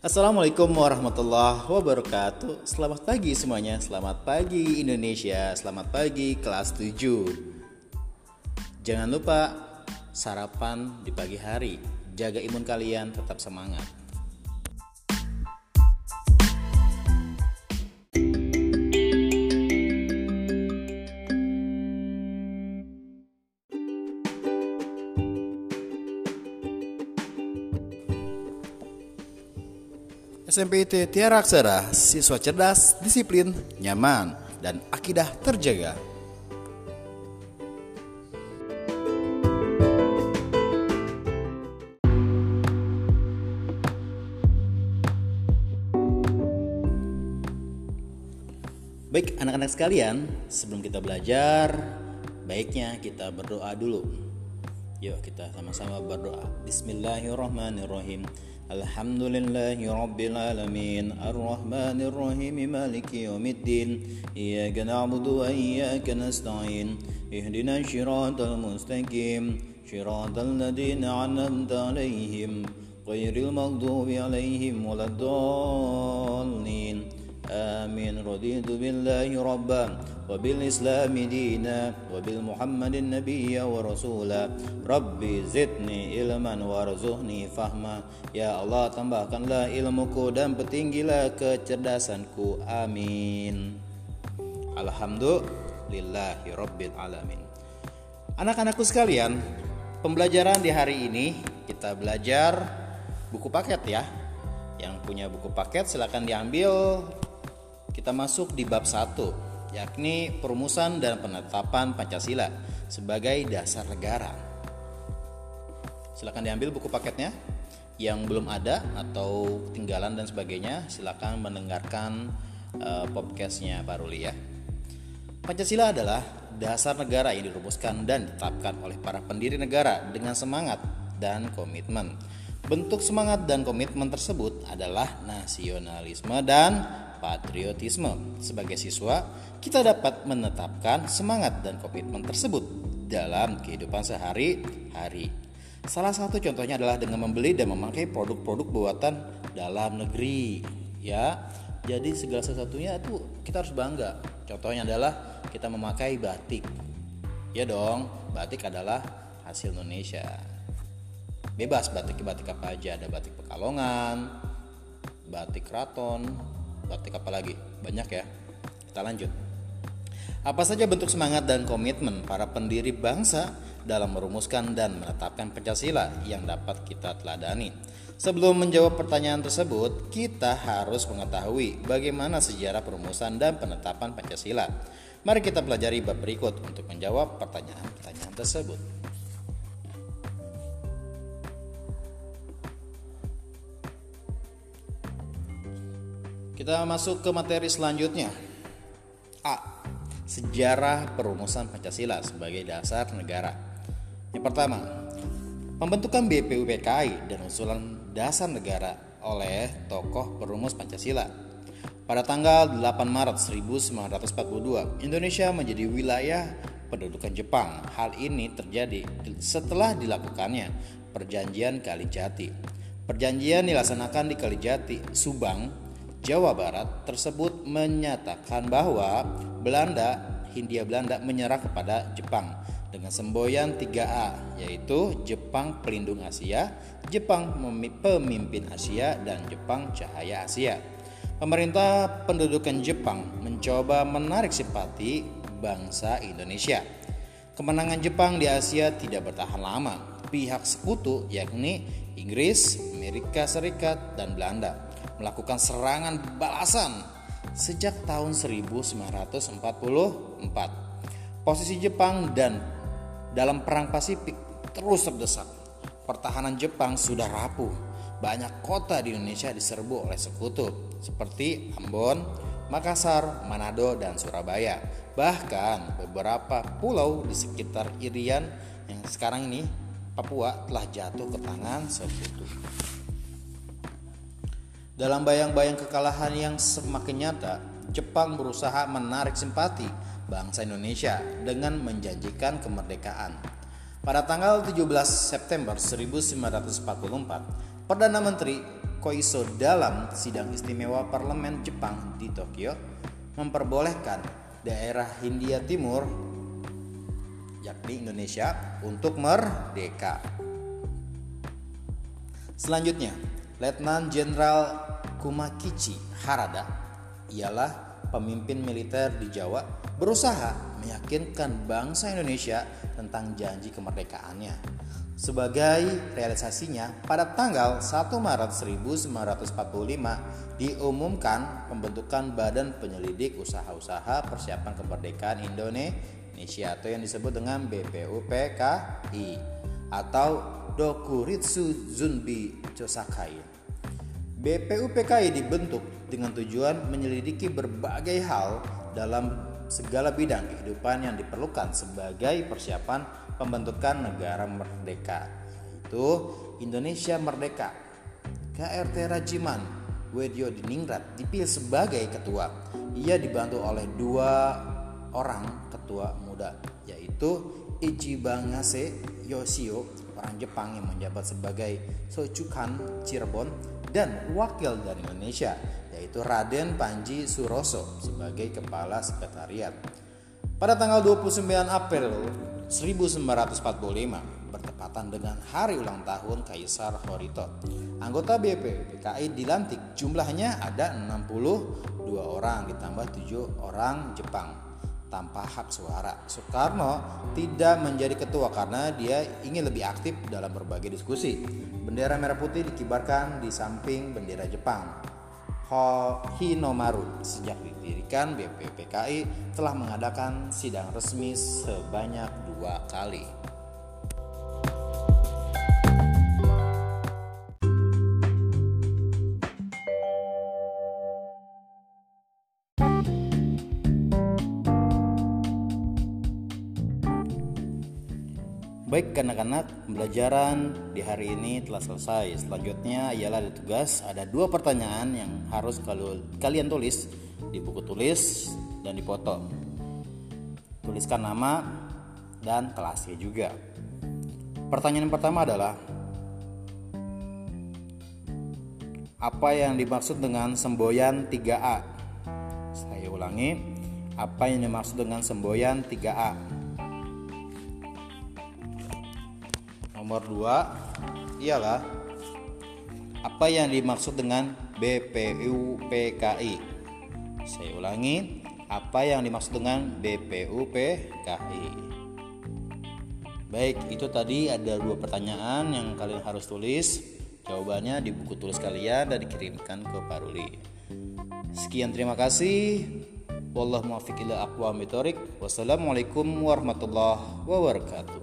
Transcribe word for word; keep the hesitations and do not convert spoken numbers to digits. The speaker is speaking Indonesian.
Assalamualaikum warahmatullahi wabarakatuh. Selamat pagi semuanya. Selamat pagi Indonesia. Selamat pagi kelas tujuh. Jangan lupa sarapan di pagi hari. Jaga imun kalian tetap semangat. S M P I T Tiara Aksara, siswa cerdas, disiplin, nyaman, dan akidah terjaga. Baik anak-anak sekalian, sebelum kita belajar, baiknya kita berdoa dulu. Yuk kita sama-sama berdoa. Bismillahirrahmanirrahim. Alhamdulillahi rabbil alamin. Ar-rahmanir-rahim. Maliki yaumiddin. Iyyaka na'budu wa iyyaka nasta'in. Ihdinas siratal mustaqim. Siratal ladzina an'amta 'alaihim ghairil maghdubi 'alaihim waladdallin. Amin. Raditu billahi rabban wa bil islami dina wa bil muhammadin nabiyya wa rasula. Rabbi zidni ilman warzuqni fahma. Ya Allah, tambahkanlah ilmuku dan petinggilah kecerdasanku. Amin. Alhamdulillahi rabbil alamin. Anak-anakku sekalian, pembelajaran di hari ini kita belajar buku paket ya. Yang punya buku paket silakan diambil. Kita masuk di bab satu, yakni perumusan dan penetapan Pancasila sebagai dasar negara. Silakan diambil buku paketnya. Yang belum ada atau ketinggalan dan sebagainya, silakan mendengarkan uh, podcastnya Pak Ruli ya. Pancasila adalah dasar negara yang dirumuskan dan ditetapkan oleh para pendiri negara dengan semangat dan komitmen. Bentuk semangat dan komitmen tersebut adalah nasionalisme dan patriotisme. Sebagai siswa, kita dapat menetapkan semangat dan komitmen tersebut dalam kehidupan sehari-hari. Salah satu contohnya adalah dengan membeli dan memakai produk-produk buatan dalam negeri. Ya, jadi segala sesuatunya itu kita harus bangga. Contohnya adalah kita memakai batik. Ya dong, batik adalah hasil Indonesia. Bebas batik-batik apa aja, ada batik Pekalongan, batik Keraton, batik apa lagi? Banyak ya. Kita lanjut. Apa saja bentuk semangat dan komitmen para pendiri bangsa dalam merumuskan dan menetapkan Pancasila yang dapat kita teladani? Sebelum menjawab pertanyaan tersebut, kita harus mengetahui bagaimana sejarah perumusan dan penetapan Pancasila. Mari kita pelajari bab berikut untuk menjawab pertanyaan-pertanyaan tersebut. Kita masuk ke materi selanjutnya. A. Sejarah perumusan Pancasila sebagai dasar negara. Yang pertama, pembentukan B P U P K I dan usulan dasar negara oleh tokoh perumus Pancasila. Pada tanggal delapan Maret seribu sembilan ratus empat puluh dua, Indonesia menjadi wilayah pendudukan Jepang. Hal ini terjadi setelah dilakukannya Perjanjian Kalijati. Perjanjian dilaksanakan di Kalijati, Subang, Jawa Barat tersebut menyatakan bahwa Belanda, Hindia Belanda menyerah kepada Jepang dengan semboyan tiga A, yaitu Jepang Pelindung Asia, Jepang Pemimpin Asia, dan Jepang Cahaya Asia. Pemerintah pendudukan Jepang mencoba menarik simpati bangsa Indonesia. Kemenangan Jepang di Asia tidak bertahan lama. Pihak sekutu yakni Inggris, Amerika Serikat, dan Belanda melakukan serangan balasan sejak tahun seribu sembilan ratus empat puluh empat. Posisi Jepang dan dalam perang Pasifik terus terdesak. Pertahanan Jepang sudah rapuh. Banyak kota di Indonesia diserbu oleh sekutu seperti Ambon, Makassar, Manado, dan Surabaya. Bahkan beberapa pulau di sekitar Irian yang sekarang ini Papua telah jatuh ke tangan sekutu. Dalam bayang-bayang kekalahan yang semakin nyata, Jepang berusaha menarik simpati bangsa Indonesia dengan menjanjikan kemerdekaan. Pada tanggal tujuh belas September seribu sembilan ratus empat puluh empat, Perdana Menteri Koiso dalam sidang istimewa parlemen Jepang di Tokyo memperbolehkan daerah Hindia Timur, yakni Indonesia, untuk merdeka. Selanjutnya, Letnan Jenderal Kumakichi Harada, ialah pemimpin militer di Jawa, berusaha meyakinkan bangsa Indonesia tentang janji kemerdekaannya. Sebagai realisasinya, pada tanggal satu Maret seribu sembilan ratus empat puluh lima diumumkan pembentukan Badan Penyelidik Usaha-usaha Persiapan Kemerdekaan Indonesia atau yang disebut dengan B P U P K I atau Dokuritsu Zunbi Chosakai. B P U P K I dibentuk dengan tujuan menyelidiki berbagai hal dalam segala bidang kehidupan yang diperlukan sebagai persiapan pembentukan negara merdeka, yaitu Indonesia Merdeka. K R T Rajiman Wedyo Diningrat dipilih sebagai ketua. Ia dibantu oleh dua orang ketua muda, yaitu Ichibangase Yoshio, orang Jepang yang menjabat sebagai Sochukan Cirebon, dan wakil dari Indonesia, yaitu Raden Panji Suroso sebagai kepala sekretariat. Pada tanggal dua puluh sembilan April seribu sembilan ratus empat puluh lima, bertepatan dengan hari ulang tahun Kaisar Hirohito, anggota B P U P K I dilantik. Jumlahnya ada enam puluh dua orang ditambah tujuh orang Jepang tanpa hak suara. Soekarno tidak menjadi ketua karena dia ingin lebih aktif dalam berbagai diskusi. Bendera merah putih dikibarkan di samping bendera Jepang. Hinomaru sejak didirikan B P U P K I telah mengadakan sidang resmi sebanyak dua kali. Baik anak-anak, pembelajaran di hari ini telah selesai. Selanjutnya ialah ada tugas, ada dua pertanyaan yang harus kalian tulis di buku tulis dan dipoto. Tuliskan nama dan kelasnya juga. Pertanyaan pertama adalah, apa yang dimaksud dengan semboyan tiga A? Saya ulangi, apa yang dimaksud dengan semboyan tiga A? Nomor dua ialah, apa yang dimaksud dengan B P U P K I? Saya ulangi, apa yang dimaksud dengan B P U P K I? Baik, itu tadi ada dua pertanyaan yang kalian harus tulis. Jawabannya di buku tulis kalian dan dikirimkan ke Pak Ruli. Sekian, terima kasih. Wallahu muwaffiq ila aqwamit thoriq. Wassalamualaikum warahmatullahi wabarakatuh.